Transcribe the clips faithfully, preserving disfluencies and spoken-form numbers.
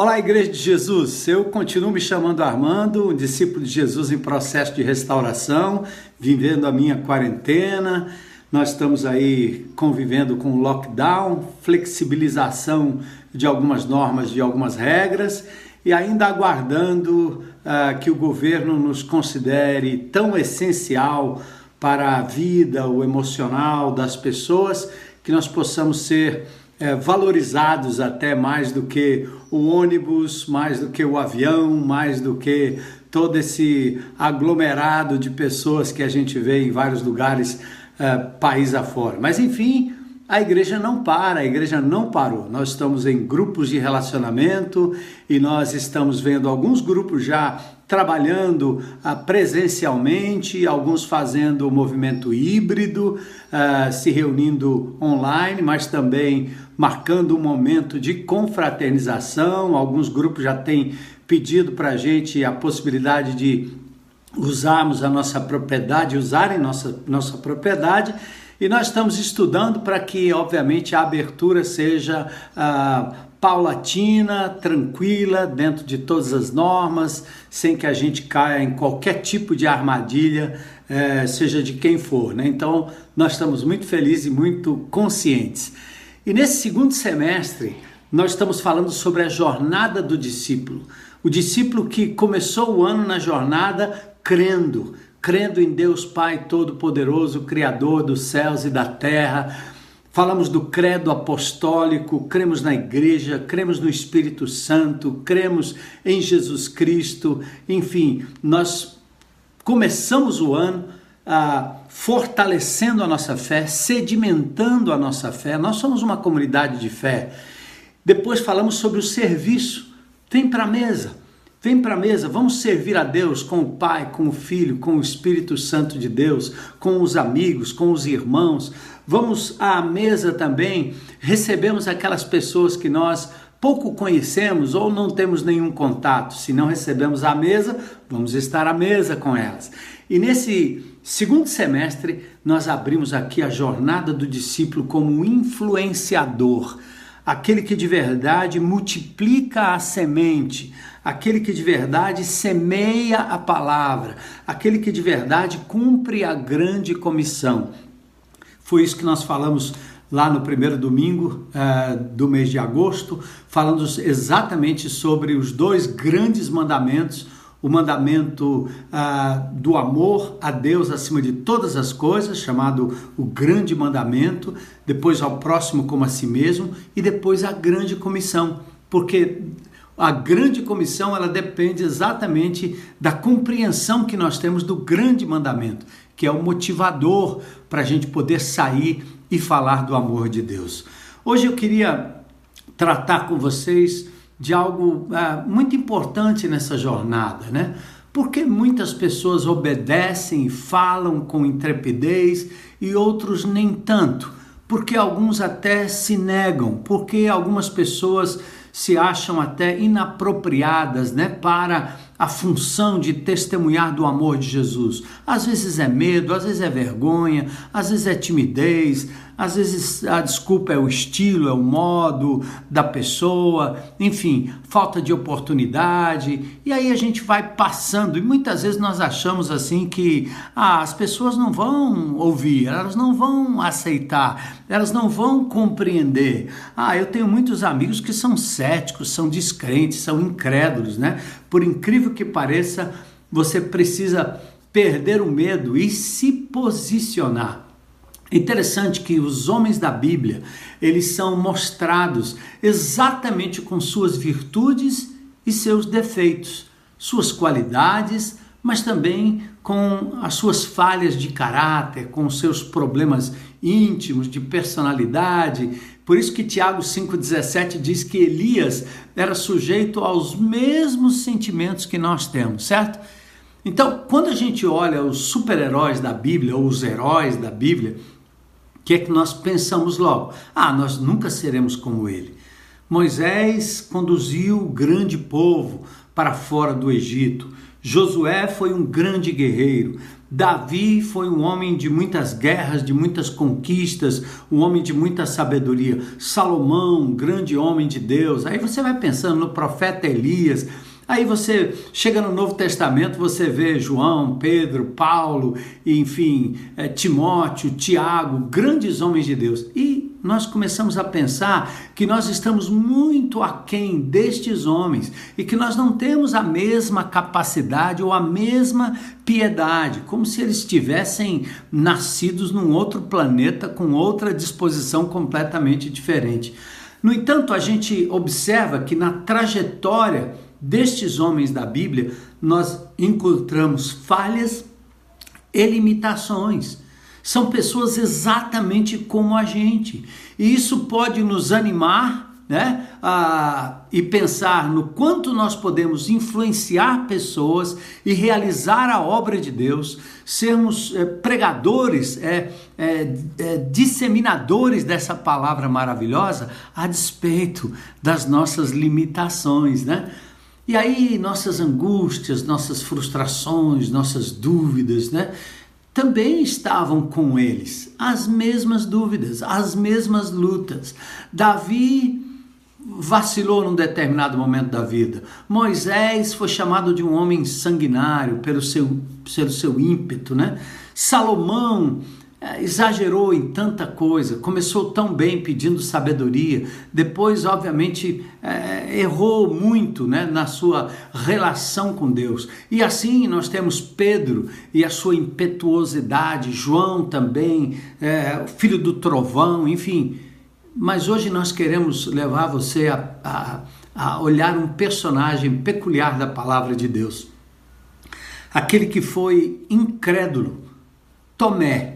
Olá, Igreja de Jesus, eu continuo me chamando Armando, um discípulo de Jesus em processo de restauração, vivendo a minha quarentena. Nós estamos aí convivendo com o lockdown, flexibilização de algumas normas, de algumas regras e ainda aguardando uh, que o governo nos considere tão essencial para a vida, o emocional das pessoas, que nós possamos ser É, valorizados até mais do que o ônibus, mais do que o avião, mais do que todo esse aglomerado de pessoas que a gente vê em vários lugares, é, país afora. Mas enfim, a igreja não para, a igreja não parou. Nós estamos em grupos de relacionamento e nós estamos vendo alguns grupos já trabalhando uh, presencialmente, alguns fazendo o movimento híbrido, uh, se reunindo online, mas também marcando um momento de confraternização. Alguns grupos já têm pedido para a gente a possibilidade de usarmos a nossa propriedade, usarem nossa, nossa propriedade, e nós estamos estudando para que, obviamente, a abertura seja uh, paulatina, tranquila, dentro de todas as normas, sem que a gente caia em qualquer tipo de armadilha, eh, seja de quem for, né? Então, nós estamos muito felizes e muito conscientes. E nesse segundo semestre, nós estamos falando sobre a jornada do discípulo. O discípulo que começou o ano na jornada crendo, crendo em Deus Pai Todo-Poderoso, Criador dos céus e da terra. Falamos do credo apostólico, cremos na igreja, cremos no Espírito Santo, cremos em Jesus Cristo. Enfim, nós começamos o ano ah, fortalecendo a nossa fé, sedimentando a nossa fé. Nós somos uma comunidade de fé. Depois falamos sobre o serviço. Vem para a mesa. Vem para a mesa, vamos servir a Deus com o Pai, com o Filho, com o Espírito Santo de Deus, com os amigos, com os irmãos. Vamos à mesa também, recebemos aquelas pessoas que nós pouco conhecemos ou não temos nenhum contato. Se não recebemos à mesa, vamos estar à mesa com elas. E nesse segundo semestre, nós abrimos aqui a jornada do discípulo como um influenciador, aquele que de verdade multiplica a semente, aquele que de verdade semeia a palavra, aquele que de verdade cumpre a grande comissão. Foi isso que nós falamos lá no primeiro domingo uh, do mês de agosto, falando exatamente sobre os dois grandes mandamentos, o mandamento uh, do amor a Deus acima de todas as coisas, chamado o grande mandamento, depois ao próximo como a si mesmo, e depois a grande comissão, porque a grande comissão ela depende exatamente da compreensão que nós temos do grande mandamento, que é o motivador para a gente poder sair e falar do amor de Deus. Hoje eu queria tratar com vocês de algo uh, muito importante nessa jornada, né? Porque muitas pessoas obedecem e falam com intrepidez e outros nem tanto, porque alguns até se negam, porque algumas pessoas se acham até inapropriadas, né, para a função de testemunhar do amor de Jesus. Às vezes é medo, às vezes é vergonha, às vezes é timidez, às vezes a desculpa é o estilo, é o modo da pessoa, enfim, falta de oportunidade. E aí a gente vai passando e muitas vezes nós achamos assim que ah, as pessoas não vão ouvir, elas não vão aceitar, elas não vão compreender. Ah, eu tenho muitos amigos que são céticos, são descrentes, são incrédulos, né? Por incrível que pareça, você precisa perder o medo e se posicionar. Interessante que os homens da Bíblia, eles são mostrados exatamente com suas virtudes e seus defeitos, suas qualidades, mas também com as suas falhas de caráter, com os seus problemas íntimos, de personalidade. Por isso que Tiago cinco dezessete diz que Elias era sujeito aos mesmos sentimentos que nós temos, certo? Então, quando a gente olha os super-heróis da Bíblia, ou os heróis da Bíblia, o que é que nós pensamos logo? Ah, nós nunca seremos como ele. Moisés conduziu o grande povo para fora do Egito. Josué foi um grande guerreiro. Davi foi um homem de muitas guerras, de muitas conquistas, um homem de muita sabedoria. Salomão, grande homem de Deus. Aí você vai pensando no profeta Elias. Aí você chega no Novo Testamento, você vê João, Pedro, Paulo, enfim, é, Timóteo, Tiago, grandes homens de Deus. E nós começamos a pensar que nós estamos muito aquém destes homens e que nós não temos a mesma capacidade ou a mesma piedade, como se eles tivessem nascidos num outro planeta com outra disposição completamente diferente. No entanto, a gente observa que na trajetória destes homens da Bíblia, nós encontramos falhas e limitações. São pessoas exatamente como a gente. E isso pode nos animar, né, a, e pensar no quanto nós podemos influenciar pessoas e realizar a obra de Deus, sermos é, pregadores, é, é, é, disseminadores dessa palavra maravilhosa, a despeito das nossas limitações, né? E aí nossas angústias, nossas frustrações, nossas dúvidas, né, também estavam com eles. As mesmas dúvidas, as mesmas lutas. Davi vacilou num determinado momento da vida. Moisés foi chamado de um homem sanguinário pelo seu, pelo seu ímpeto, né? Salomão exagerou em tanta coisa, começou tão bem pedindo sabedoria, depois obviamente é, errou muito, né, na sua relação com Deus. E assim nós temos Pedro e a sua impetuosidade, João também, é, filho do trovão, enfim. Mas hoje nós queremos levar você a, a, a olhar um personagem peculiar da palavra de Deus, aquele que foi incrédulo, Tomé.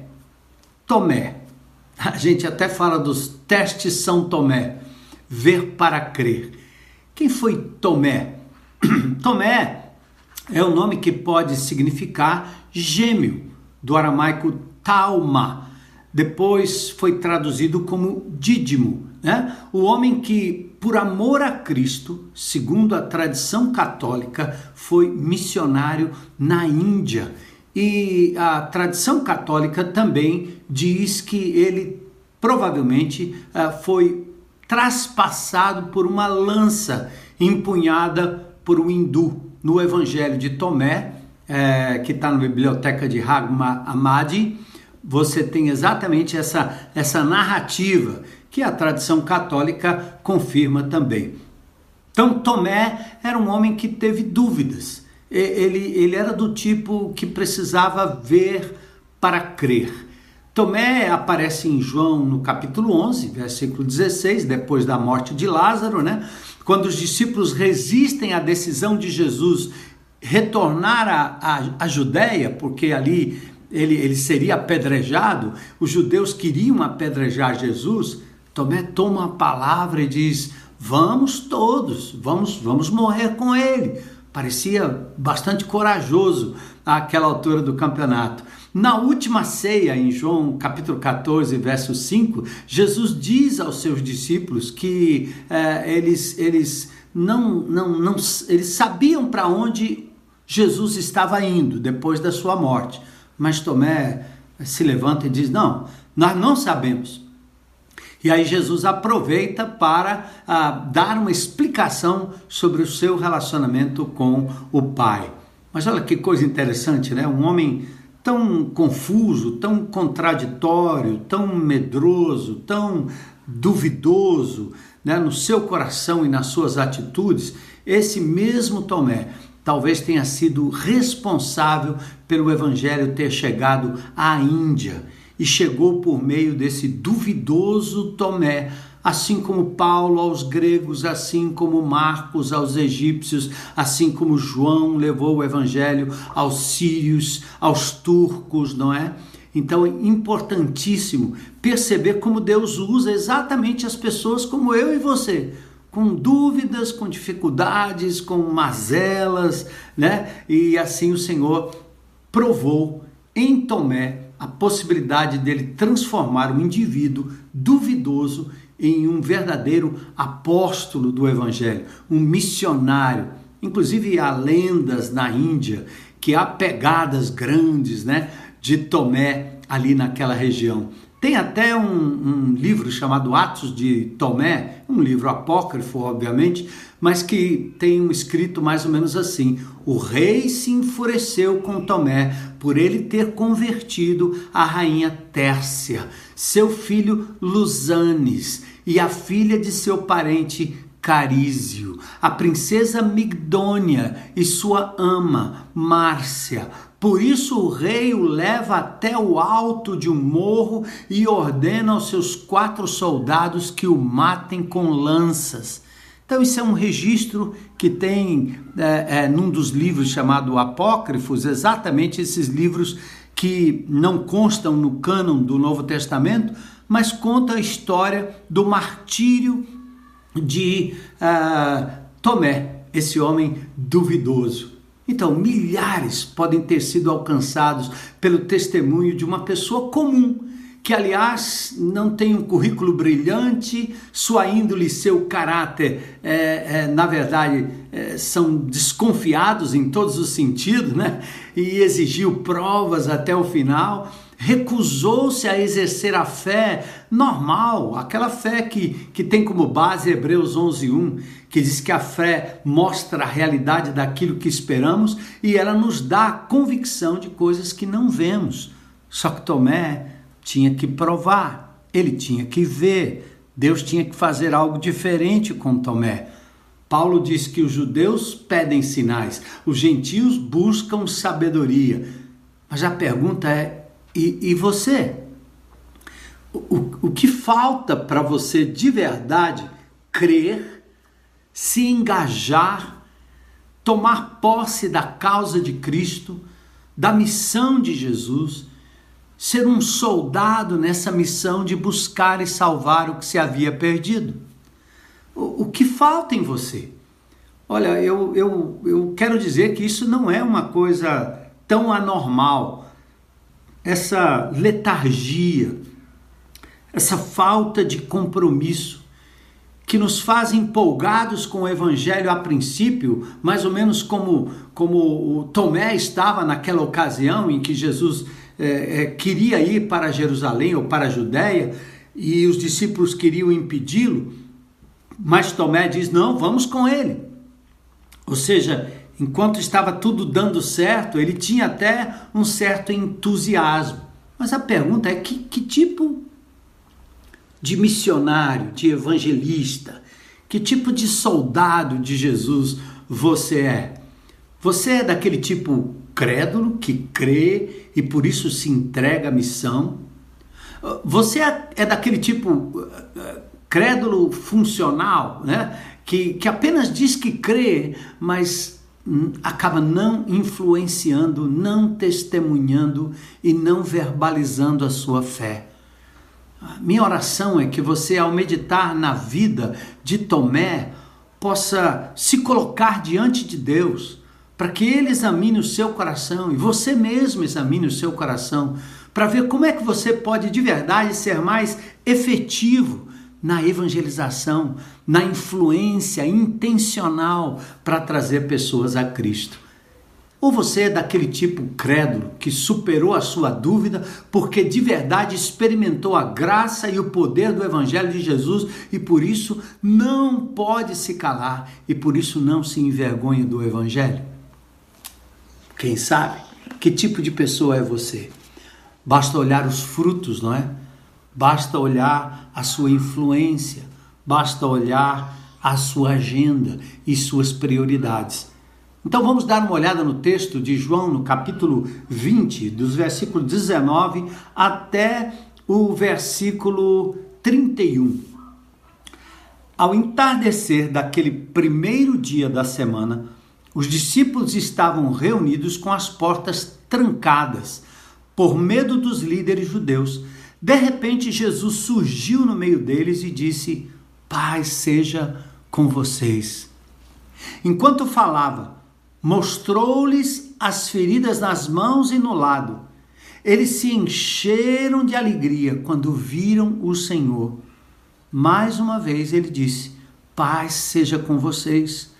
Tomé, a gente até fala dos testes São Tomé, ver para crer. Quem foi Tomé? Tomé é um nome que pode significar gêmeo, do aramaico Talma. Depois foi traduzido como Dídimo, né? O homem que, por amor a Cristo, segundo a tradição católica, foi missionário na Índia. E a tradição católica também diz que ele provavelmente uh, foi traspassado por uma lança empunhada por um hindu. No Evangelho de Tomé, eh, que está na biblioteca de Hagma Amadi, você tem exatamente essa, essa narrativa que a tradição católica confirma também. Então Tomé era um homem que teve dúvidas. Ele, ele era do tipo que precisava ver para crer. Tomé aparece em João no capítulo onze, versículo dezesseis, depois da morte de Lázaro, né? Quando os discípulos resistem à decisão de Jesus retornar à, à Judéia, porque ali ele, ele seria apedrejado, os judeus queriam apedrejar Jesus. Tomé toma a palavra e diz: vamos todos, vamos, vamos morrer com ele. Parecia bastante corajoso àquela altura do campeonato. Na última ceia, em João capítulo catorze, verso cinco, Jesus diz aos seus discípulos que eh, eles, eles, não, não, não, eles sabiam para onde Jesus estava indo depois da sua morte. Mas Tomé se levanta e diz: não, nós não sabemos. E aí Jesus aproveita para ah, dar uma explicação sobre o seu relacionamento com o Pai. Mas olha que coisa interessante, né? Um homem tão confuso, tão contraditório, tão medroso, tão duvidoso, né? No seu coração e nas suas atitudes, esse mesmo Tomé talvez tenha sido responsável pelo Evangelho ter chegado à Índia. E chegou por meio desse duvidoso Tomé, assim como Paulo aos gregos, assim como Marcos aos egípcios, assim como João levou o evangelho aos sírios, aos turcos, não é? Então é importantíssimo perceber como Deus usa exatamente as pessoas como eu e você, com dúvidas, com dificuldades, com mazelas, né? E assim o Senhor provou em Tomé a possibilidade dele transformar um indivíduo duvidoso em um verdadeiro apóstolo do Evangelho, um missionário. Inclusive há lendas na Índia que há pegadas grandes, né, de Tomé ali naquela região. Tem até um, um livro chamado Atos de Tomé, um livro apócrifo, obviamente, mas que tem um escrito mais ou menos assim: o rei se enfureceu com Tomé por ele ter convertido a rainha Tércia, seu filho Lusanes e a filha de seu parente Carísio, a princesa Migdônia e sua ama Márcia. Por isso o rei o leva até o alto de um morro e ordena aos seus quatro soldados que o matem com lanças. Então isso é um registro que tem é, é, num dos livros chamado Apócrifos, exatamente esses livros que não constam no cânon do Novo Testamento, mas conta a história do martírio de uh, Tomé, esse homem duvidoso. Então, milhares podem ter sido alcançados pelo testemunho de uma pessoa comum, que, aliás, não tem um currículo brilhante, sua índole e seu caráter, é, é, na verdade, é, são desconfiados em todos os sentidos, né? E exigiu provas até o final. Recusou-se a exercer a fé normal, aquela fé que, que tem como base Hebreus onze, um, que diz que a fé mostra a realidade daquilo que esperamos e ela nos dá a convicção de coisas que não vemos. Só que Tomé tinha que provar, ele tinha que ver, Deus tinha que fazer algo diferente com Tomé. Paulo diz que os judeus pedem sinais, os gentios buscam sabedoria. Mas a pergunta é, E, e você? O, o que falta para você de verdade crer, se engajar, tomar posse da causa de Cristo, da missão de Jesus, ser um soldado nessa missão de buscar e salvar o que se havia perdido? O, o que falta em você? Olha, eu, eu, eu quero dizer que isso não é uma coisa tão anormal. Essa letargia, essa falta de compromisso que nos faz empolgados com o evangelho a princípio, mais ou menos como, como o Tomé estava naquela ocasião em que Jesus é, é, queria ir para Jerusalém ou para a Judéia e os discípulos queriam impedi-lo, mas Tomé diz, não, vamos com ele. Ou seja, enquanto estava tudo dando certo, ele tinha até um certo entusiasmo. Mas a pergunta é, que, que tipo de missionário, de evangelista, que tipo de soldado de Jesus você é? Você é daquele tipo crédulo, que crê e por isso se entrega à missão? Você é, é daquele tipo crédulo funcional, né? que, que apenas diz que crê, mas acaba não influenciando, não testemunhando e não verbalizando a sua fé. Minha oração é que você, ao meditar na vida de Tomé, possa se colocar diante de Deus, para que Ele examine o seu coração e você mesmo examine o seu coração, para ver como é que você pode de verdade ser mais efetivo na evangelização, na influência intencional para trazer pessoas a Cristo. Ou você é daquele tipo crédulo que superou a sua dúvida porque de verdade experimentou a graça e o poder do Evangelho de Jesus e por isso não pode se calar e por isso não se envergonha do Evangelho? Quem sabe? Que tipo de pessoa é você? Basta olhar os frutos, não é? Basta olhar a sua influência, basta olhar a sua agenda e suas prioridades. Então vamos dar uma olhada no texto de João, no capítulo vinte, dos versículos dezenove até o versículo trinta e um. Ao entardecer daquele primeiro dia da semana, os discípulos estavam reunidos com as portas trancadas, por medo dos líderes judeus. De repente, Jesus surgiu no meio deles e disse: paz seja com vocês. Enquanto falava, mostrou-lhes as feridas nas mãos e no lado. Eles se encheram de alegria quando viram o Senhor. Mais uma vez ele disse: paz seja com vocês.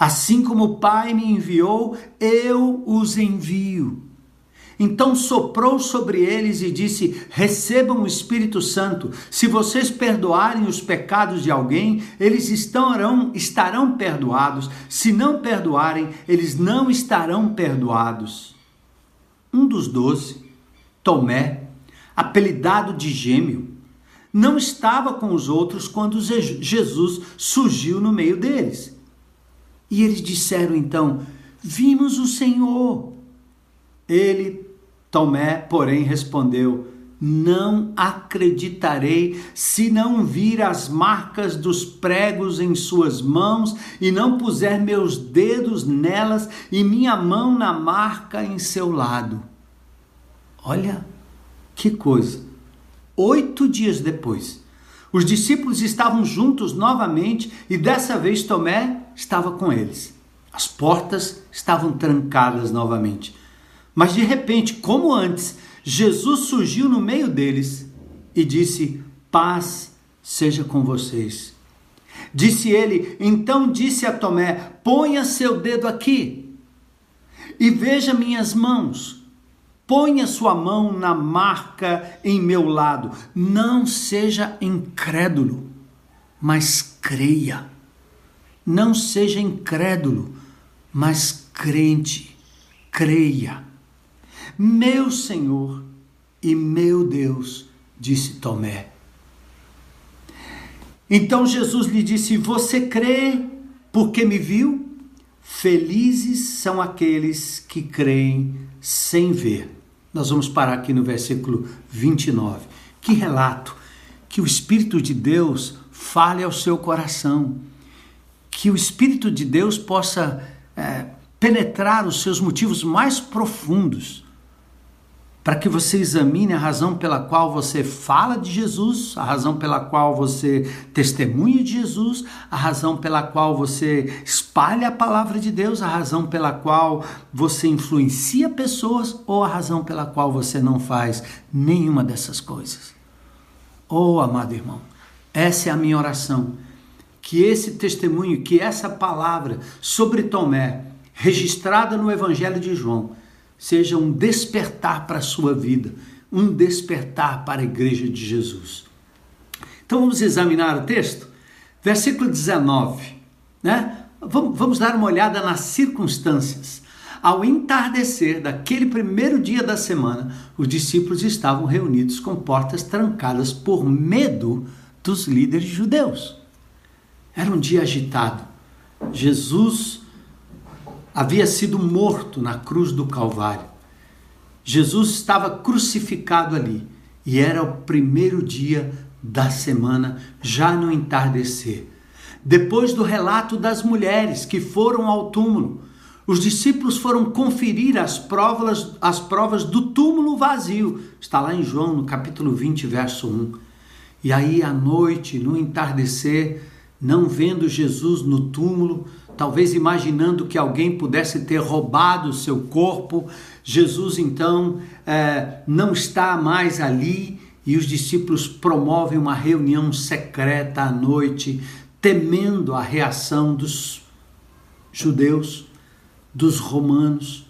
Assim como o Pai me enviou, eu os envio. Então soprou sobre eles e disse: recebam o Espírito Santo. Se vocês perdoarem os pecados de alguém, eles estarão, estarão perdoados. Se não perdoarem, eles não estarão perdoados. Um dos doze, Tomé, apelidado de Gêmeo, não estava com os outros quando Jesus surgiu no meio deles. E eles disseram então: vimos o Senhor. Ele, Tomé, porém, respondeu: não acreditarei se não vir as marcas dos pregos em suas mãos e não puser meus dedos nelas e minha mão na marca em seu lado. Olha que coisa. Oito dias depois, os discípulos estavam juntos novamente e dessa vez Tomé estava com eles. As portas estavam trancadas novamente. Mas de repente, como antes, Jesus surgiu no meio deles e disse: paz seja com vocês. Disse ele, então disse a Tomé: ponha seu dedo aqui e veja minhas mãos. Ponha sua mão na marca em meu lado. Não seja incrédulo, mas creia. Não seja incrédulo, mas crente. Creia. Meu Senhor e meu Deus, disse Tomé. Então Jesus lhe disse: você crê porque me viu? Felizes são aqueles que creem sem ver. Nós vamos parar aqui no versículo vinte e nove. Que relato! Que o Espírito de Deus fale ao seu coração. Que o Espírito de Deus possa é, penetrar os seus motivos mais profundos, para que você examine a razão pela qual você fala de Jesus, a razão pela qual você testemunha de Jesus, a razão pela qual você espalha a palavra de Deus, a razão pela qual você influencia pessoas ou a razão pela qual você não faz nenhuma dessas coisas. Oh, amado irmão, essa é a minha oração, que esse testemunho, que essa palavra sobre Tomé, registrada no Evangelho de João, seja um despertar para a sua vida, um despertar para a igreja de Jesus. Então vamos examinar o texto? Versículo dezenove, né? Vamos, vamos dar uma olhada nas circunstâncias. Ao entardecer daquele primeiro dia da semana, os discípulos estavam reunidos com portas trancadas por medo dos líderes judeus. Era um dia agitado. Jesus havia sido morto na cruz do Calvário. Jesus estava crucificado ali e era o primeiro dia da semana, já no entardecer. Depois do relato das mulheres que foram ao túmulo, os discípulos foram conferir as provas, as provas do túmulo vazio. Está lá em João, no capítulo vinte, verso um. E aí, à noite, no entardecer, não vendo Jesus no túmulo, talvez imaginando que alguém pudesse ter roubado o seu corpo, Jesus então é, não está mais ali e os discípulos promovem uma reunião secreta à noite, temendo a reação dos judeus, dos romanos.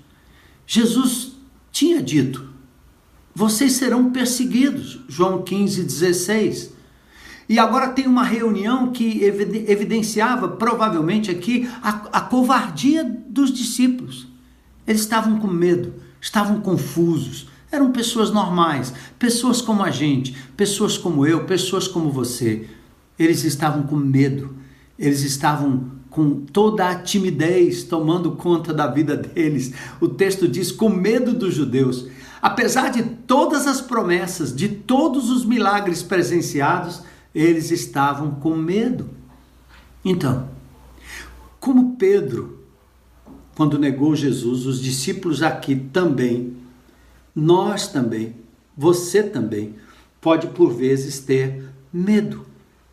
Jesus tinha dito: vocês serão perseguidos, João quinze, dezesseis. E agora tem uma reunião que evidenciava provavelmente aqui a, a covardia dos discípulos. Eles estavam com medo, estavam confusos, eram pessoas normais, pessoas como a gente, pessoas como eu, pessoas como você. Eles estavam com medo, eles estavam com toda a timidez tomando conta da vida deles. O texto diz: com medo dos judeus. Apesar de todas as promessas, de todos os milagres presenciados, eles estavam com medo. Então, como Pedro, quando negou Jesus, os discípulos aqui também, nós também, você também, pode por vezes ter medo,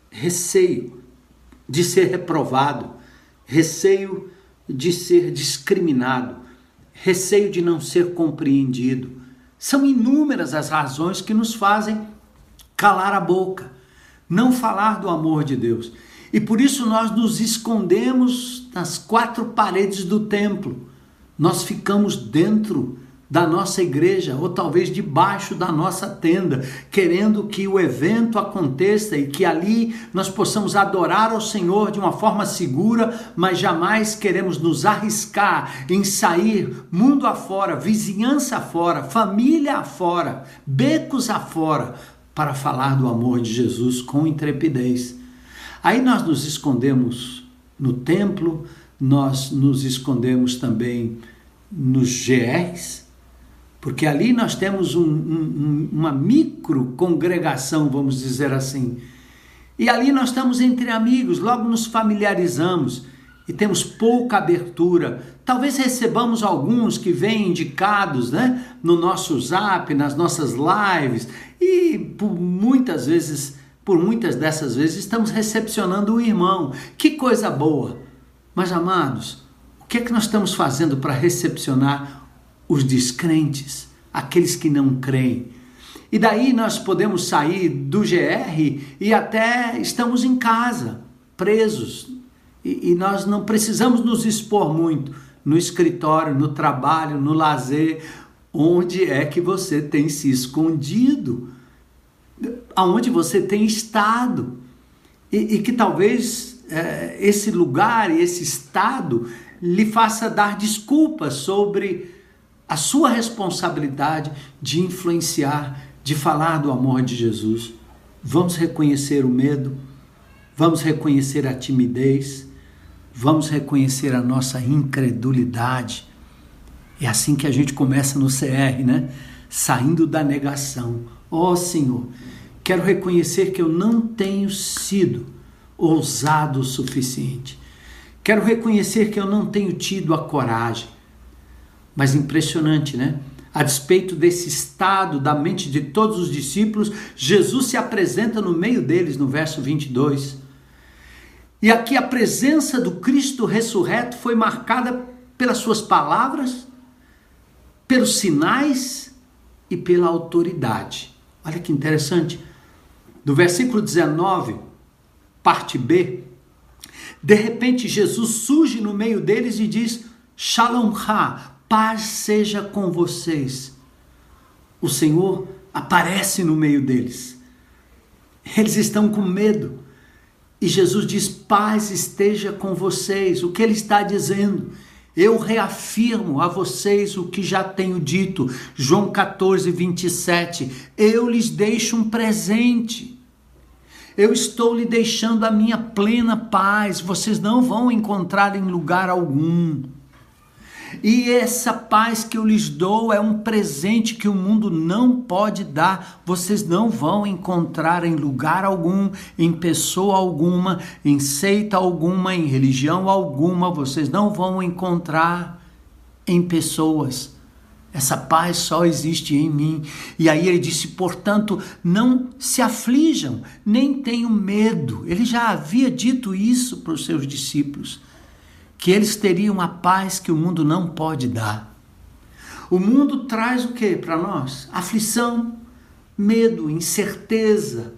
receio de ser reprovado, receio de ser discriminado, receio de não ser compreendido. São inúmeras as razões que nos fazem calar a boca, não falar do amor de Deus. E por isso nós nos escondemos nas quatro paredes do templo. Nós ficamos dentro da nossa igreja, ou talvez debaixo da nossa tenda, querendo que o evento aconteça e que ali nós possamos adorar ao Senhor de uma forma segura, mas jamais queremos nos arriscar em sair mundo afora, vizinhança afora, família afora, becos afora, para falar do amor de Jesus com intrepidez. Aí nós nos escondemos no templo, nós nos escondemos também nos G Rs, porque ali nós temos um, um, uma micro congregação, vamos dizer assim. E ali nós estamos entre amigos, logo nos familiarizamos e temos pouca abertura. Talvez recebamos alguns que vêm indicados, né, no nosso zap, nas nossas lives, e por muitas vezes, por muitas dessas vezes, estamos recepcionando o irmão. Que coisa boa! Mas, amados, o que é que nós estamos fazendo para recepcionar os descrentes, aqueles que não creem? E daí nós podemos sair do G R e até estamos em casa, presos. E, e nós não precisamos nos expor muito no escritório, no trabalho, no lazer. Onde é que você tem se escondido? Aonde você tem estado? E, e que talvez é, esse lugar, esse estado, lhe faça dar desculpas sobre a sua responsabilidade de influenciar, de falar do amor de Jesus. Vamos reconhecer o medo, vamos reconhecer a timidez, vamos reconhecer a nossa incredulidade. É assim que a gente começa no C R, né? Saindo da negação. Ó Senhor, quero reconhecer que eu não tenho sido ousado o suficiente. Quero reconhecer que eu não tenho tido a coragem. Mas impressionante, né? A despeito desse estado da mente de todos os discípulos, Jesus se apresenta no meio deles, no verso vinte e dois. E aqui a presença do Cristo ressurreto foi marcada pelas suas palavras, pelos sinais e pela autoridade. Olha que interessante. Do versículo dezenove, parte B, de repente Jesus surge no meio deles e diz: Shalom Ha, paz seja com vocês. O Senhor aparece no meio deles. Eles estão com medo. E Jesus diz: paz esteja com vocês. O que ele está dizendo? Eu reafirmo a vocês o que já tenho dito. João catorze, vinte e sete. Eu lhes deixo um presente. Eu estou lhe deixando a minha plena paz. Vocês não vão encontrar em lugar algum. E essa paz que eu lhes dou é um presente que o mundo não pode dar. Vocês não vão encontrar em lugar algum, em pessoa alguma, em seita alguma, em religião alguma. Vocês não vão encontrar em pessoas. Essa paz só existe em mim. E aí ele disse: portanto, não se aflijam, nem tenham medo. Ele já havia dito isso para os seus discípulos, que eles teriam a paz que o mundo não pode dar. O mundo traz o que para nós? Aflição, medo, incerteza,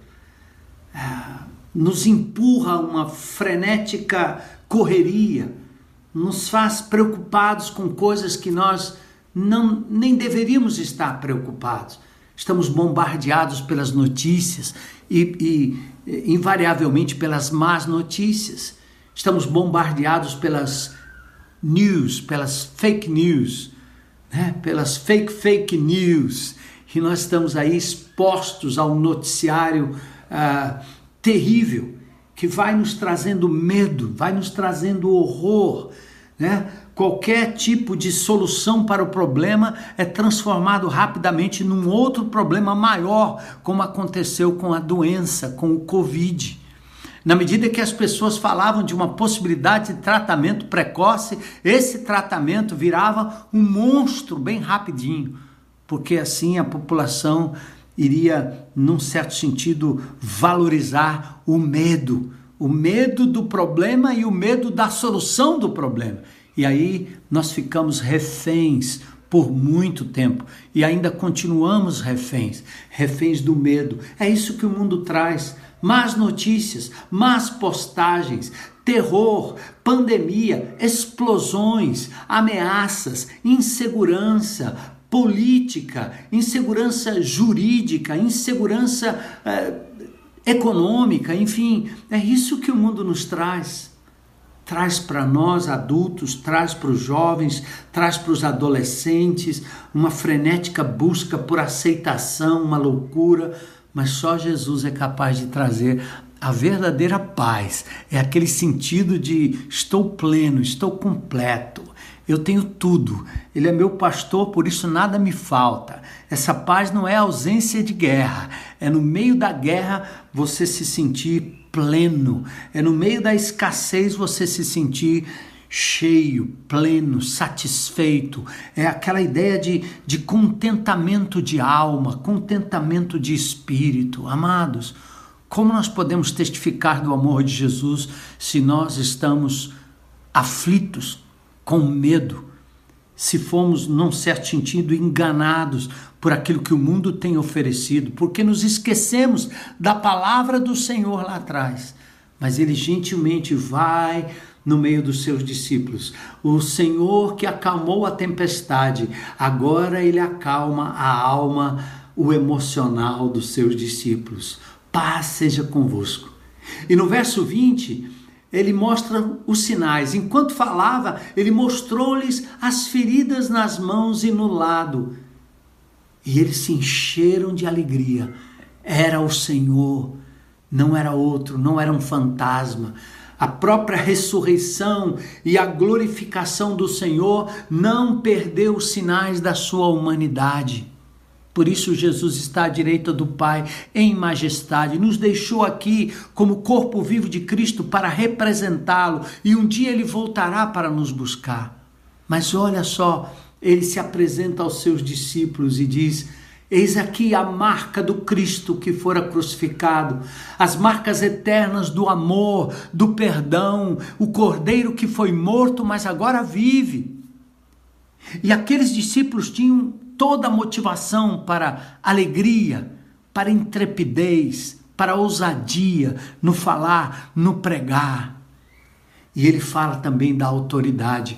nos empurra a uma frenética correria, nos faz preocupados com coisas que nós não, nem deveríamos estar preocupados. Estamos bombardeados pelas notícias e, e invariavelmente pelas más notícias. Estamos bombardeados pelas news, pelas fake news, né? Pelas fake fake news. E nós estamos aí expostos ao noticiário ah, terrível, que vai nos trazendo medo, vai nos trazendo horror, né? Qualquer tipo de solução para o problema é transformado rapidamente num outro problema maior, como aconteceu com a doença, com o Covid. Na medida que as pessoas falavam de uma possibilidade de tratamento precoce, esse tratamento virava um monstro bem rapidinho, porque assim a população iria, num certo sentido, valorizar o medo, o medo do problema e o medo da solução do problema. E aí nós ficamos reféns por muito tempo e ainda continuamos reféns, reféns do medo. É isso que o mundo traz: más notícias, más postagens, terror, pandemia, explosões, ameaças, insegurança, política, insegurança jurídica, insegurança eh, econômica, enfim, é isso que o mundo nos traz. Traz para nós adultos, traz para os jovens, traz para os adolescentes uma frenética busca por aceitação, uma loucura, mas só Jesus é capaz de trazer a verdadeira paz. É aquele sentido de estou pleno, estou completo, eu tenho tudo, Ele é meu pastor, por isso nada me falta. Essa paz não é ausência de guerra, é no meio da guerra você se sentir pleno, é no meio da escassez você se sentir cheio, pleno, satisfeito. É aquela ideia de, de contentamento de alma, contentamento de espírito. Amados, como nós podemos testificar do amor de Jesus se nós estamos aflitos, com medo, se fomos, num certo sentido, enganados por aquilo que o mundo tem oferecido, porque nos esquecemos da palavra do Senhor lá atrás. Mas Ele gentilmente vai no meio dos seus discípulos. O Senhor que acalmou a tempestade, agora Ele acalma a alma, o emocional dos seus discípulos. Paz seja convosco. E no verso vinte, Ele mostra os sinais. Enquanto falava, Ele mostrou-lhes as feridas nas mãos e no lado. E eles se encheram de alegria. Era o Senhor, não era outro, não era um fantasma. A própria ressurreição e a glorificação do Senhor não perdeu os sinais da sua humanidade. Por isso Jesus está à direita do Pai em majestade, nos deixou aqui como corpo vivo de Cristo para representá-lo, e um dia Ele voltará para nos buscar. Mas olha só, Ele se apresenta aos seus discípulos e diz: eis aqui a marca do Cristo que fora crucificado, as marcas eternas do amor, do perdão, o Cordeiro que foi morto, mas agora vive. E aqueles discípulos tinham toda a motivação para alegria, para intrepidez, para ousadia no falar, no pregar. E ele fala também da autoridade.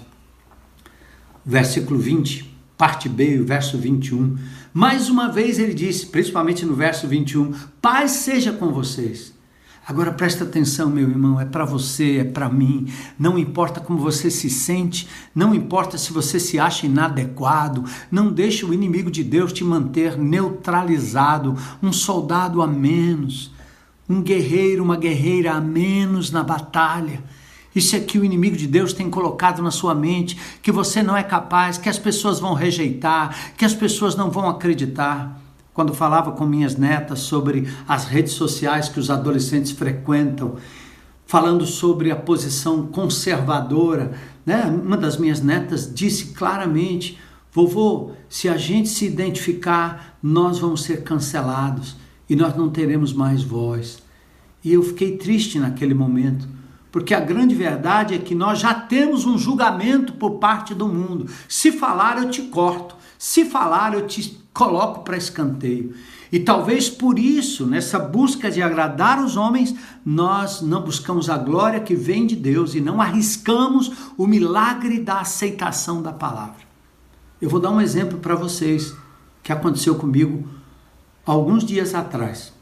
Versículo vinte, parte B, verso vinte e um. Mais uma vez ele disse, principalmente no verso vinte e um, paz seja com vocês. Agora presta atenção, meu irmão, é para você, é para mim, não importa como você se sente, não importa se você se acha inadequado, não deixe o inimigo de Deus te manter neutralizado, um soldado a menos, um guerreiro, uma guerreira a menos na batalha. Isso é que o inimigo de Deus tem colocado na sua mente, que você não é capaz, que as pessoas vão rejeitar, que as pessoas não vão acreditar. Quando falava com minhas netas sobre as redes sociais que os adolescentes frequentam, falando sobre a posição conservadora, né? Uma das minhas netas disse claramente: vovô, se a gente se identificar, nós vamos ser cancelados e nós não teremos mais voz. E eu fiquei triste naquele momento, porque a grande verdade é que nós já temos um julgamento por parte do mundo. Se falar, eu te corto. Se falar, eu te coloco para escanteio. E talvez por isso, nessa busca de agradar os homens, nós não buscamos a glória que vem de Deus e não arriscamos o milagre da aceitação da palavra. Eu vou dar um exemplo para vocês que aconteceu comigo alguns dias atrás.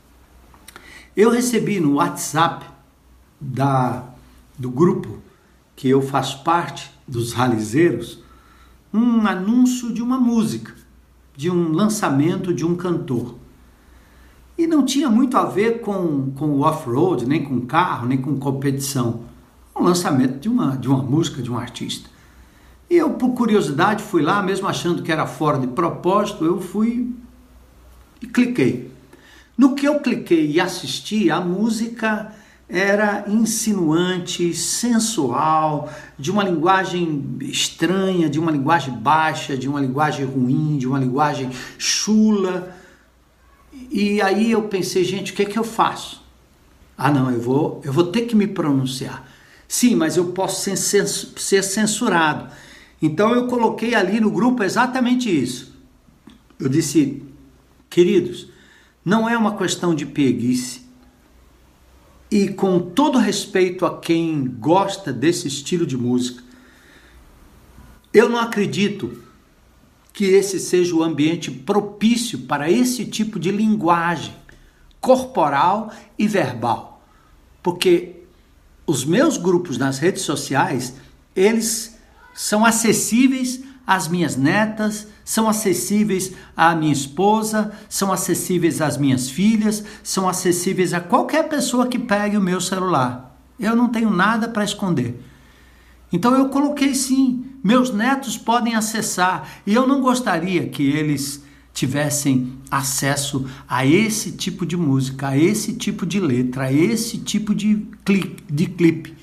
Eu recebi no WhatsApp da, do grupo que eu faço parte, dos ralizeiros, um anúncio de uma música, de um lançamento de um cantor. E não tinha muito a ver com, com o off-road, nem com carro, nem com competição. Um lançamento de uma, de uma música, de um artista. E eu, por curiosidade, fui lá, mesmo achando que era fora de propósito, eu fui e cliquei. No que eu cliquei e assisti, a música era insinuante, sensual, de uma linguagem estranha, de uma linguagem baixa, de uma linguagem ruim, de uma linguagem chula. E aí eu pensei, gente, o que é que eu faço? Ah, não, eu vou, eu vou ter que me pronunciar. Sim, mas eu posso ser censurado. Então eu coloquei ali no grupo exatamente isso. Eu disse, queridos, não é uma questão de preguiça. E com todo respeito a quem gosta desse estilo de música, eu não acredito que esse seja o ambiente propício para esse tipo de linguagem corporal e verbal. Porque os meus grupos nas redes sociais, eles são acessíveis às minhas netas, são acessíveis à minha esposa, são acessíveis às minhas filhas, são acessíveis a qualquer pessoa que pegue o meu celular. Eu não tenho nada para esconder. Então eu coloquei sim, meus netos podem acessar, e eu não gostaria que eles tivessem acesso a esse tipo de música, a esse tipo de letra, a esse tipo de clipe. De clipe.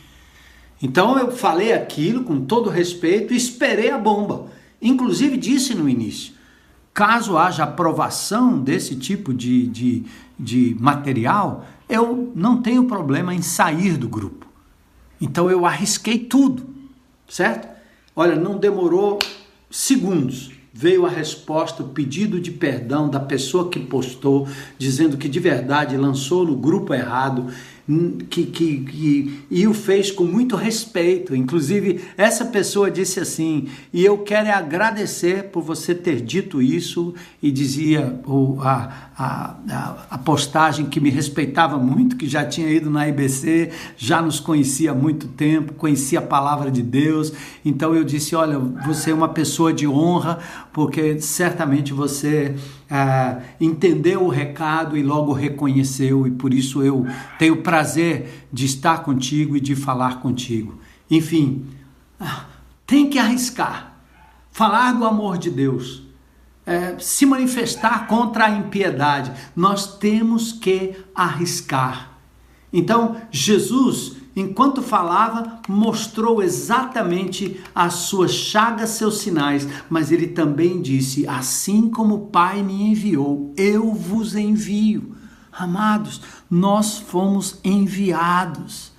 Então eu falei aquilo com todo respeito e esperei a bomba. Inclusive disse no início, caso haja aprovação desse tipo de, de, de material, eu não tenho problema em sair do grupo. Então eu arrisquei tudo, certo? Olha, não demorou segundos. Veio a resposta, o pedido de perdão da pessoa que postou, dizendo que de verdade lançou no grupo errado, que, que, que, e o fez com muito respeito. Inclusive, essa pessoa disse assim, e eu quero agradecer por você ter dito isso, e dizia o, a, a, a postagem que me respeitava muito, que já tinha ido na I B C, já nos conhecia há muito tempo, conhecia a palavra de Deus. Então eu disse, olha, você é uma pessoa de honra, porque certamente você ah, entendeu o recado e logo reconheceu, e por isso eu tenho prazer de estar contigo e de falar contigo. Enfim, ah, tem que arriscar, falar do amor de Deus, é, se manifestar contra a impiedade. Nós temos que arriscar. Então, Jesus, enquanto falava, mostrou exatamente as suas chagas, seus sinais, mas ele também disse, assim como o Pai me enviou, eu vos envio. Amados, nós fomos enviados,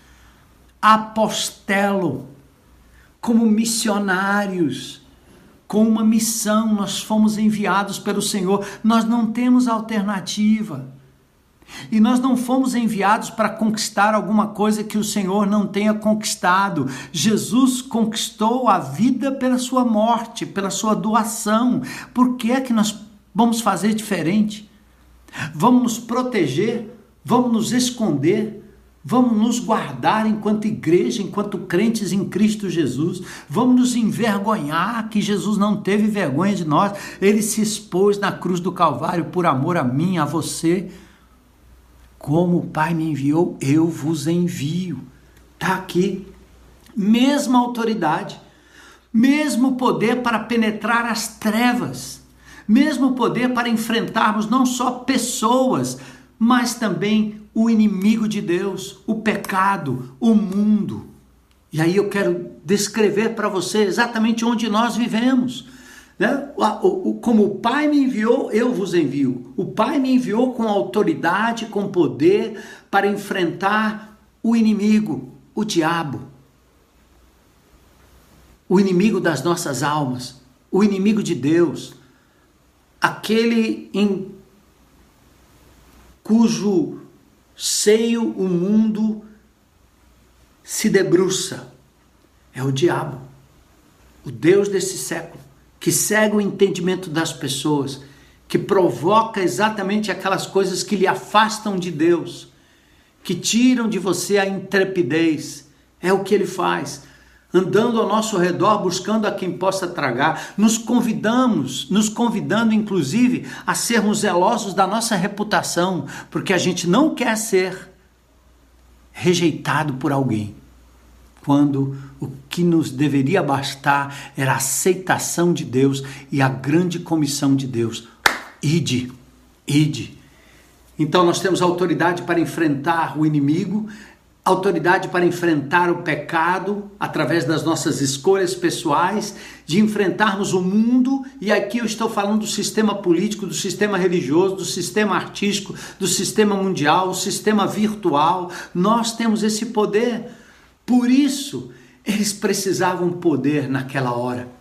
apostelo, como missionários, com uma missão, nós fomos enviados pelo Senhor, nós não temos alternativa. E nós não fomos enviados para conquistar alguma coisa que o Senhor não tenha conquistado. Jesus conquistou a vida pela sua morte, pela sua doação. Por que é que nós vamos fazer diferente? Vamos nos proteger? Vamos nos esconder? Vamos nos guardar enquanto igreja, enquanto crentes em Cristo Jesus? Vamos nos envergonhar que Jesus não teve vergonha de nós? Ele se expôs na cruz do Calvário por amor a mim, a você. Como o Pai me enviou, eu vos envio. Está aqui. Mesma autoridade, mesmo poder para penetrar as trevas, mesmo poder para enfrentarmos não só pessoas, mas também o inimigo de Deus, o pecado, o mundo. E aí eu quero descrever para você exatamente onde nós vivemos. Né? Como o Pai me enviou, eu vos envio. O Pai me enviou com autoridade, com poder, para enfrentar o inimigo, o diabo. O inimigo das nossas almas, o inimigo de Deus, aquele em cujo seio o mundo se debruça. É o diabo, o Deus desse século, que cega o entendimento das pessoas, que provoca exatamente aquelas coisas que lhe afastam de Deus, que tiram de você a intrepidez. É o que ele faz, andando ao nosso redor, buscando a quem possa tragar. Nos convidamos, nos convidando inclusive a sermos zelosos da nossa reputação, porque a gente não quer ser rejeitado por alguém, quando o que nos deveria bastar era a aceitação de Deus e a grande comissão de Deus. Ide, ide. Então nós temos autoridade para enfrentar o inimigo, autoridade para enfrentar o pecado através das nossas escolhas pessoais, de enfrentarmos o mundo, e aqui eu estou falando do sistema político, do sistema religioso, do sistema artístico, do sistema mundial, do sistema virtual. Nós temos esse poder. Por isso, eles precisavam poder naquela hora.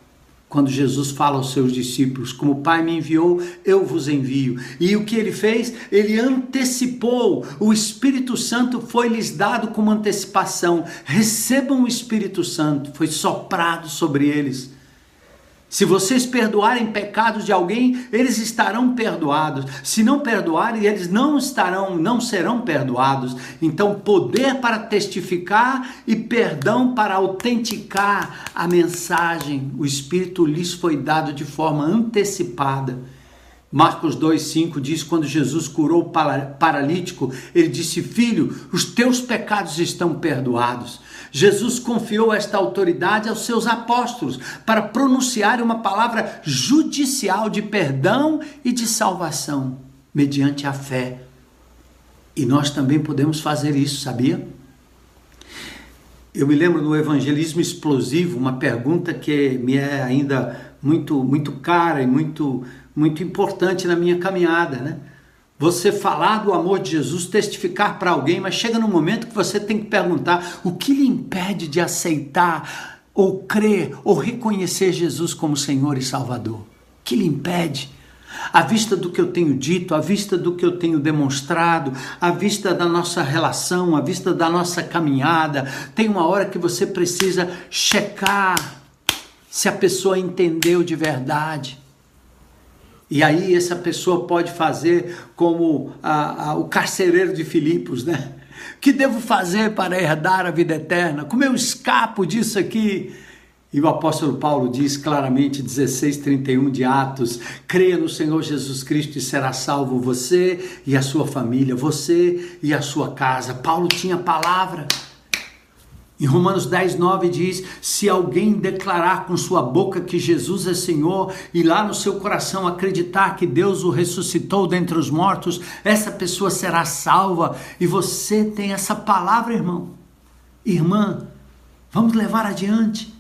quando Jesus fala aos seus discípulos, como o Pai me enviou, eu vos envio. E o que ele fez? Ele antecipou, o Espírito Santo foi lhes dado como antecipação. Recebam o Espírito Santo, foi soprado sobre eles. Se vocês perdoarem pecados de alguém, eles estarão perdoados. Se não perdoarem, eles não estarão, não serão perdoados. Então, poder para testificar e perdão para autenticar a mensagem. O Espírito lhes foi dado de forma antecipada. Marcos dois, cinco diz, quando Jesus curou o paralítico, ele disse, filho, os teus pecados estão perdoados. Jesus confiou esta autoridade aos seus apóstolos para pronunciar uma palavra judicial de perdão e de salvação, mediante a fé. E nós também podemos fazer isso, sabia? Eu me lembro no evangelismo explosivo, uma pergunta que me é ainda muito, muito cara e muito, muito importante na minha caminhada, né? Você falar do amor de Jesus, testificar para alguém, mas chega num momento que você tem que perguntar o que lhe impede de aceitar ou crer ou reconhecer Jesus como Senhor e Salvador? O que lhe impede? À vista do que eu tenho dito, à vista do que eu tenho demonstrado, à vista da nossa relação, à vista da nossa caminhada, tem uma hora que você precisa checar se a pessoa entendeu de verdade. E aí essa pessoa pode fazer como a, a, o carcereiro de Filipos, né? O que devo fazer para herdar a vida eterna? Como eu escapo disso aqui? E o apóstolo Paulo diz claramente, dezesseis, trinta e um de Atos, creia no Senhor Jesus Cristo e será salvo você e a sua família, você e a sua casa. Paulo tinha palavra. Em Romanos dez, nove diz, se alguém declarar com sua boca que Jesus é Senhor e lá no seu coração acreditar que Deus o ressuscitou dentre os mortos, essa pessoa será salva. E você tem essa palavra, irmão. Irmã, vamos levar adiante.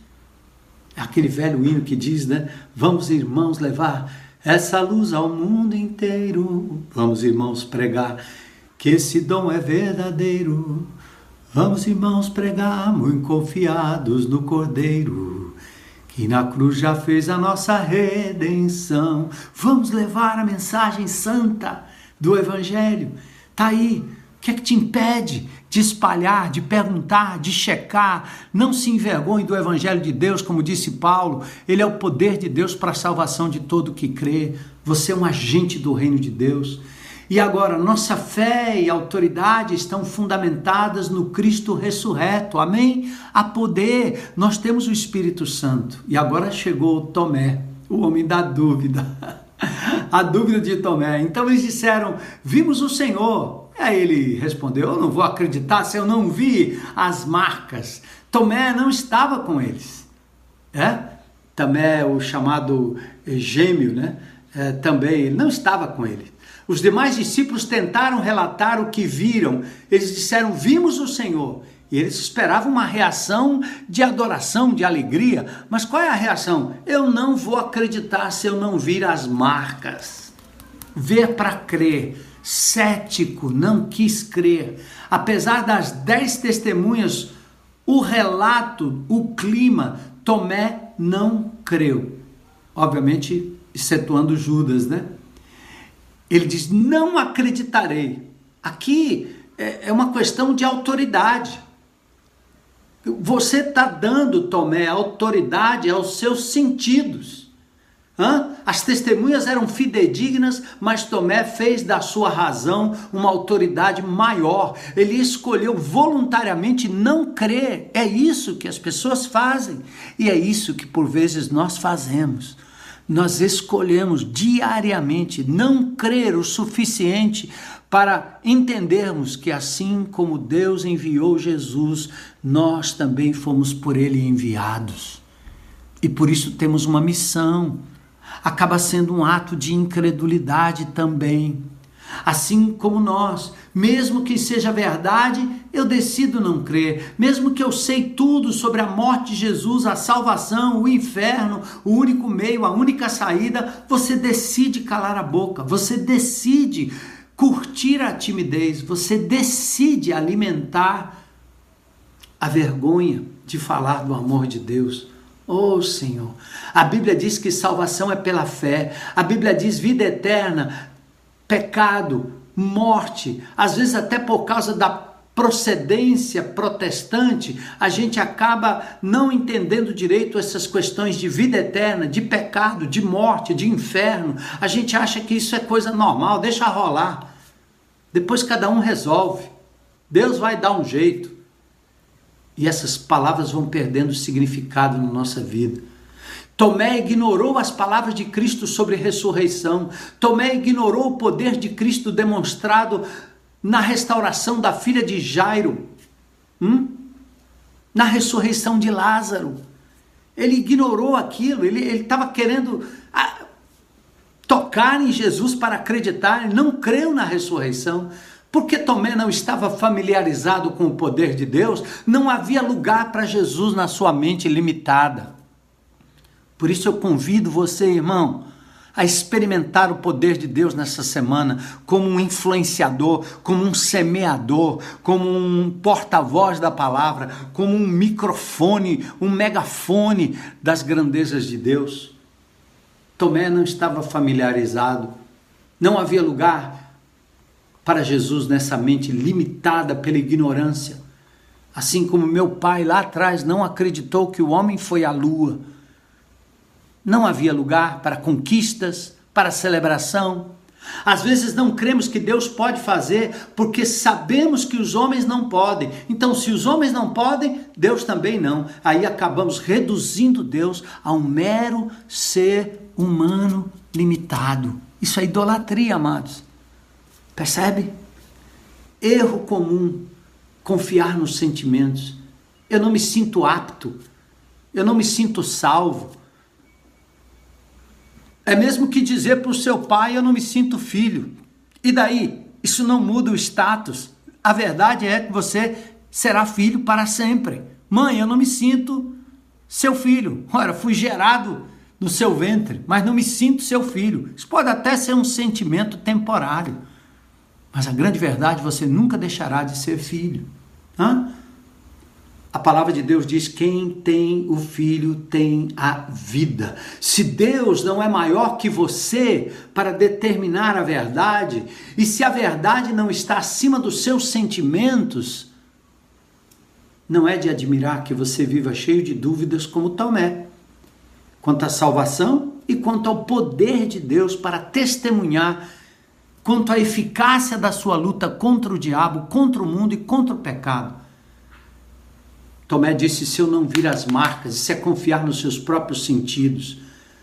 É aquele velho hino que diz, né? Vamos, irmãos, levar essa luz ao mundo inteiro. Vamos, irmãos, pregar que esse dom é verdadeiro. Vamos, irmãos, pregar, muito confiados no Cordeiro, que na cruz já fez a nossa redenção. Vamos levar a mensagem santa do Evangelho. Tá aí. O que é que te impede de espalhar, de perguntar, de checar? Não se envergonhe do Evangelho de Deus, como disse Paulo. Ele é o poder de Deus para a salvação de todo que crê. Você é um agente do reino de Deus. E agora, nossa fé e autoridade estão fundamentadas no Cristo ressurreto, amém? Há poder, nós temos o Espírito Santo. E agora chegou Tomé, o homem da dúvida, a dúvida de Tomé. Então eles disseram, vimos o Senhor. Aí ele respondeu, eu não vou acreditar se eu não vi as marcas. Tomé não estava com eles. É? Tomé, o chamado gêmeo, né? É, também ele não estava com ele. Os demais discípulos tentaram relatar o que viram. Eles disseram, vimos o Senhor. E eles esperavam uma reação de adoração, de alegria. Mas qual é a reação? Eu não vou acreditar se eu não vir as marcas. Ver para crer. Cético, não quis crer. Apesar das dez testemunhas, o relato, o clima, Tomé não creu. Obviamente, excetuando Judas, né? Ele diz, não acreditarei. Aqui é uma questão de autoridade. Você está dando, Tomé, autoridade aos seus sentidos. Hã? As testemunhas eram fidedignas, mas Tomé fez da sua razão uma autoridade maior. Ele escolheu voluntariamente não crer. É isso que as pessoas fazem. E é isso que por vezes nós fazemos. Nós escolhemos diariamente não crer o suficiente para entendermos que assim como Deus enviou Jesus, nós também fomos por ele enviados. E por isso temos uma missão. Acaba sendo um ato de incredulidade também. Assim como nós, mesmo que seja verdade, eu decido não crer. Mesmo que eu sei tudo sobre a morte de Jesus, a salvação, o inferno, o único meio, a única saída, você decide calar a boca, você decide curtir a timidez, você decide alimentar a vergonha de falar do amor de Deus. Oh, Senhor, a Bíblia diz que salvação é pela fé. A Bíblia diz vida eterna, pecado, morte. Às vezes até por causa da procedência protestante, a gente acaba não entendendo direito essas questões de vida eterna, de pecado, de morte, de inferno. A gente acha que isso é coisa normal, deixa rolar. Depois cada um resolve. Deus vai dar um jeito. E essas palavras vão perdendo significado na nossa vida. Tomé ignorou as palavras de Cristo sobre ressurreição. Tomé ignorou o poder de Cristo demonstrado na restauração da filha de Jairo, hum? na ressurreição de Lázaro. Ele ignorou aquilo, ele estava querendo a, tocar em Jesus para acreditar, ele não creu na ressurreição. Porque Tomé não estava familiarizado com o poder de Deus, não havia lugar para Jesus na sua mente limitada. Por isso eu convido você, irmão, a experimentar o poder de Deus nessa semana como um influenciador, como um semeador, como um porta-voz da palavra, como um microfone, um megafone das grandezas de Deus. Tomé não estava familiarizado, não havia lugar para Jesus nessa mente limitada pela ignorância. Assim como meu pai lá atrás não acreditou que o homem foi à lua. Não havia lugar para conquistas, para celebração. Às vezes não cremos que Deus pode fazer porque sabemos que os homens não podem. Então, se os homens não podem, Deus também não. Aí acabamos reduzindo Deus a um mero ser humano limitado. Isso é idolatria, amados. Percebe? Erro comum, confiar nos sentimentos. Eu não me sinto apto, eu não me sinto salvo. É mesmo que dizer para o seu pai, eu não me sinto filho. E daí? Isso não muda o status. A verdade é que você será filho para sempre. Mãe, eu não me sinto seu filho. Ora, fui gerado no seu ventre, mas não me sinto seu filho. Isso pode até ser um sentimento temporário. Mas a grande verdade, você nunca deixará de ser filho. Hã? A palavra de Deus diz, quem tem o filho tem a vida. Se Deus não é maior que você para determinar a verdade, e se a verdade não está acima dos seus sentimentos, não é de admirar que você viva cheio de dúvidas como Tomé, quanto à salvação e quanto ao poder de Deus para testemunhar quanto à eficácia da sua luta contra o diabo, contra o mundo e contra o pecado. Tomé disse, se eu não vir as marcas, isso é confiar nos seus próprios sentidos.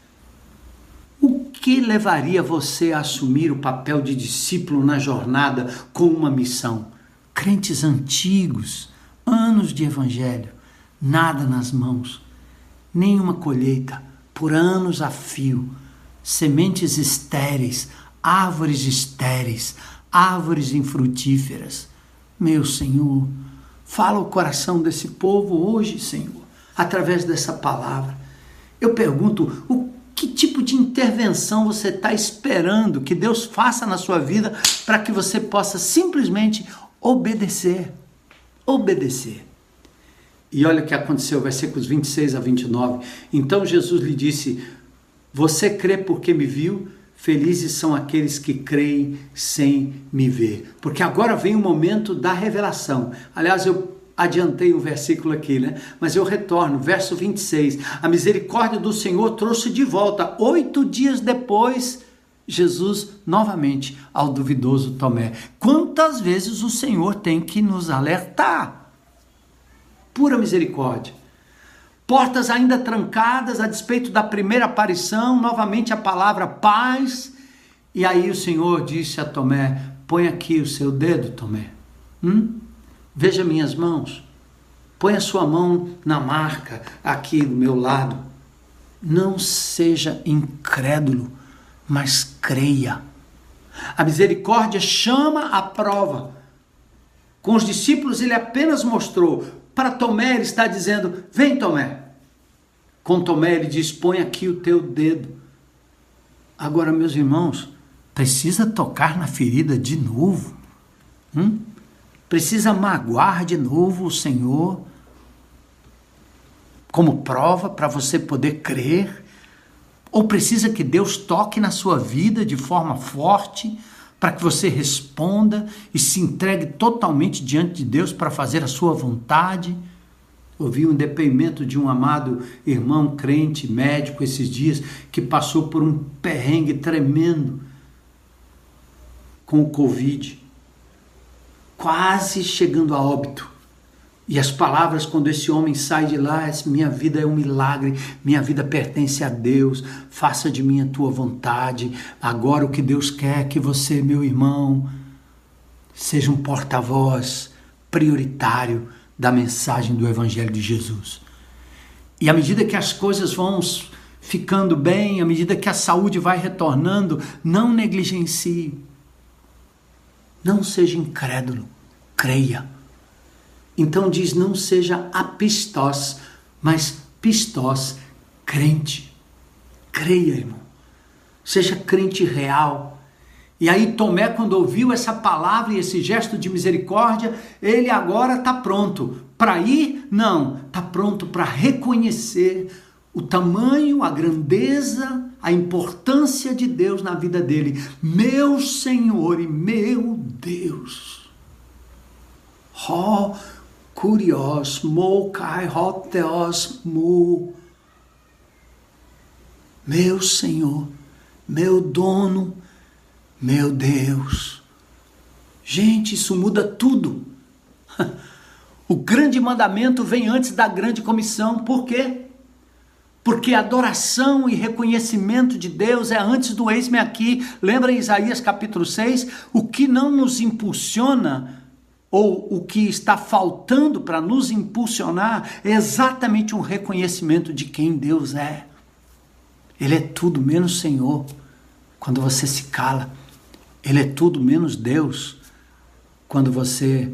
O que levaria você a assumir o papel de discípulo na jornada com uma missão? Crentes antigos, anos de evangelho, nada nas mãos, nenhuma colheita, por anos a fio, sementes estéreis, árvores estéreis, árvores infrutíferas. Meu Senhor, fala o coração desse povo hoje, Senhor, através dessa palavra. Eu pergunto, o que tipo de intervenção você está esperando que Deus faça na sua vida para que você possa simplesmente obedecer? Obedecer. E olha o que aconteceu, versículos vinte e seis a vinte e nove. Então Jesus lhe disse, você crê porque me viu? Felizes são aqueles que creem sem me ver. Porque agora vem o momento da revelação. Aliás, eu adiantei um versículo aqui, né? Mas eu retorno, verso vinte e seis. A misericórdia do Senhor trouxe de volta, oito dias depois, Jesus novamente ao duvidoso Tomé. Quantas vezes o Senhor tem que nos alertar? Pura misericórdia. Portas ainda trancadas a despeito da primeira aparição, novamente a palavra paz. E aí o Senhor disse a Tomé, põe aqui o seu dedo, Tomé. Hum? Veja minhas mãos. Põe a sua mão na marca aqui do meu lado. Não seja incrédulo, mas creia. A misericórdia chama à prova. Com os discípulos ele apenas mostrou. Para Tomé ele está dizendo, vem Tomé. Com Tomé ele diz, põe aqui o teu dedo. Agora, meus irmãos, precisa tocar na ferida de novo? Hum? Precisa magoar de novo o Senhor? como prova para você poder crer? Ou precisa que Deus toque na sua vida de forma forte para que você responda e se entregue totalmente diante de Deus para fazer a sua vontade? Ouvi um depoimento de um amado irmão crente, médico, esses dias, que passou por um perrengue tremendo com o Covid, quase chegando a óbito. E as palavras, quando esse homem sai de lá, é: minha vida é um milagre, minha vida pertence a Deus, faça de mim a tua vontade. Agora o que Deus quer é que você, meu irmão, seja um porta-voz prioritário da mensagem do Evangelho de Jesus. E à medida que as coisas vão ficando bem, à medida que a saúde vai retornando, não negligencie. Não seja incrédulo, creia. Então diz: não seja apistós, mas pistós, crente. Creia, irmão. Seja crente real. E aí Tomé, quando ouviu essa palavra e esse gesto de misericórdia, ele agora está pronto para ir? Não, está pronto para reconhecer o tamanho, a grandeza, a importância de Deus na vida dele. Meu Senhor e meu Deus. Ho kurios mo kai ho theos mu. Meu Senhor, meu dono, meu Deus. Gente, isso muda tudo. O grande mandamento vem antes da grande comissão. Por quê? Porque adoração e reconhecimento de Deus é antes do eis-me aqui. Lembra em Isaías capítulo seis? O que não nos impulsiona, ou o que está faltando para nos impulsionar, é exatamente um reconhecimento de quem Deus é. Ele é tudo menos Senhor quando você se cala. Ele é tudo menos Deus quando você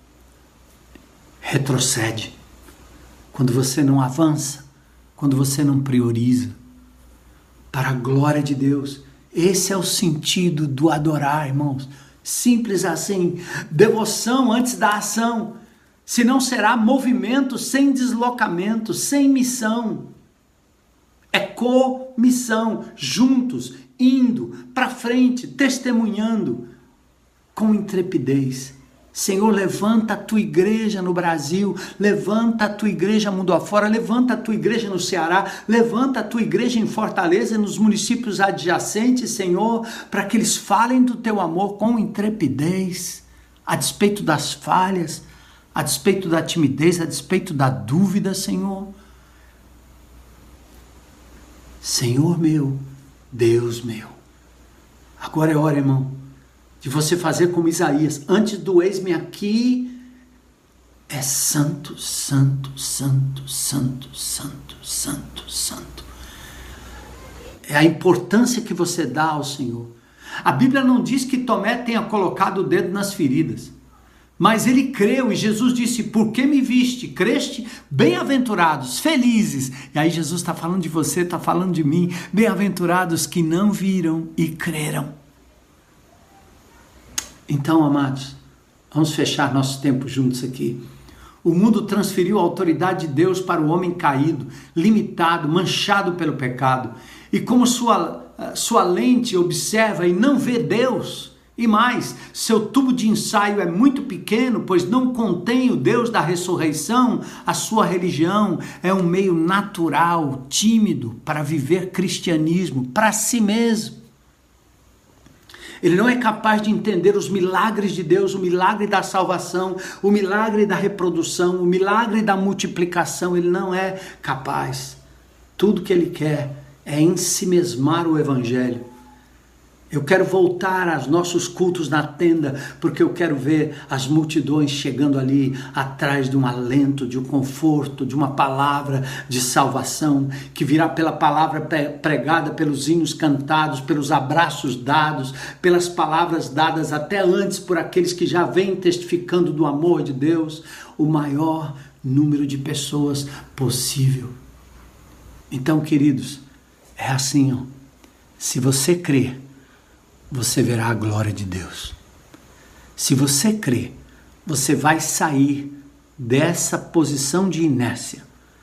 retrocede, quando você não avança, quando você não prioriza. Para a glória de Deus. Esse é o sentido do adorar, irmãos. Simples assim. Devoção antes da ação. Senão será movimento sem deslocamento, sem missão. É comissão, juntos, indo para frente, testemunhando com intrepidez. Senhor, levanta a tua igreja no Brasil, levanta a tua igreja mundo afora, levanta a tua igreja no Ceará, levanta a tua igreja em Fortaleza e nos municípios adjacentes, Senhor, para que eles falem do teu amor com intrepidez, a despeito das falhas, a despeito da timidez, a despeito da dúvida, Senhor. Senhor meu, Deus meu. Agora é hora, irmão, de você fazer como Isaías, antes do eis-me aqui, é santo, santo, santo, santo, santo, santo, santo. É a importância que você dá ao Senhor. A Bíblia não diz que Tomé tenha colocado o dedo nas feridas, mas ele creu e Jesus disse: por que me viste? Creste? Bem-aventurados, felizes. E aí Jesus está falando de você, está falando de mim. Bem-aventurados que não viram e creram. Então, amados, vamos fechar nosso tempo juntos aqui. O mundo transferiu a autoridade de Deus para o homem caído, limitado, manchado pelo pecado. E como sua, sua lente observa e não vê Deus, e mais, seu tubo de ensaio é muito pequeno, pois não contém o Deus da ressurreição, a sua religião é um meio natural, tímido, para viver cristianismo para si mesmo. Ele não é capaz de entender os milagres de Deus, o milagre da salvação, o milagre da reprodução, o milagre da multiplicação. Ele não é capaz. Tudo que ele quer é ensimesmar o Evangelho. Eu quero voltar aos nossos cultos na tenda, porque eu quero ver as multidões chegando ali atrás de um alento, de um conforto, de uma palavra de salvação, que virá pela palavra pregada, pelos hinos cantados, pelos abraços dados, pelas palavras dadas até antes por aqueles que já vêm testificando do amor de Deus, o maior número de pessoas possível. Então, queridos, é assim, ó. Se você crer, você verá a glória de Deus. Se você crê, você vai sair dessa posição de inércia,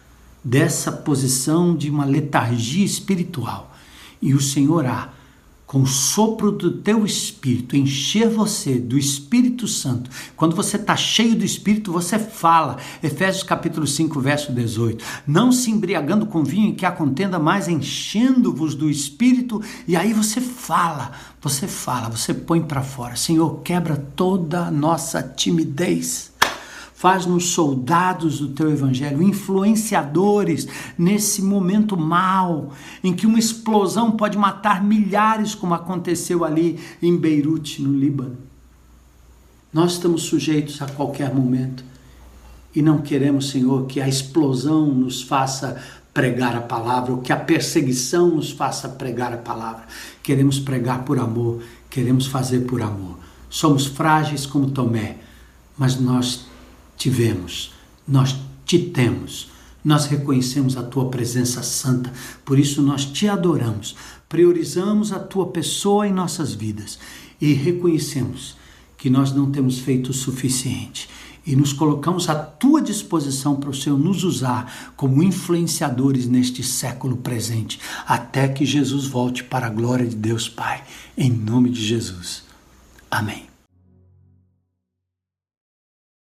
dessa posição de uma letargia espiritual e o Senhor há, com o sopro do teu Espírito, encher você do Espírito Santo. Quando você está cheio do Espírito, você fala. Efésios capítulo cinco, verso dezoito. Não se embriagando com vinho em que há contenda, mas enchendo-vos do Espírito. E aí você fala, você fala, você põe para fora. Senhor, quebra toda a nossa timidez. Faz-nos soldados do teu evangelho, influenciadores nesse momento mau, em que uma explosão pode matar milhares, como aconteceu ali em Beirute, no Líbano. Nós estamos sujeitos a qualquer momento e não queremos, Senhor, que a explosão nos faça pregar a palavra, ou que a perseguição nos faça pregar a palavra. Queremos pregar por amor, queremos fazer por amor. Somos frágeis como Tomé, mas nós te vemos, nós te temos, nós reconhecemos a tua presença santa, por isso nós te adoramos, priorizamos a tua pessoa em nossas vidas e reconhecemos que nós não temos feito o suficiente e nos colocamos à tua disposição para o Senhor nos usar como influenciadores neste século presente, até que Jesus volte para a glória de Deus Pai, em nome de Jesus. Amém.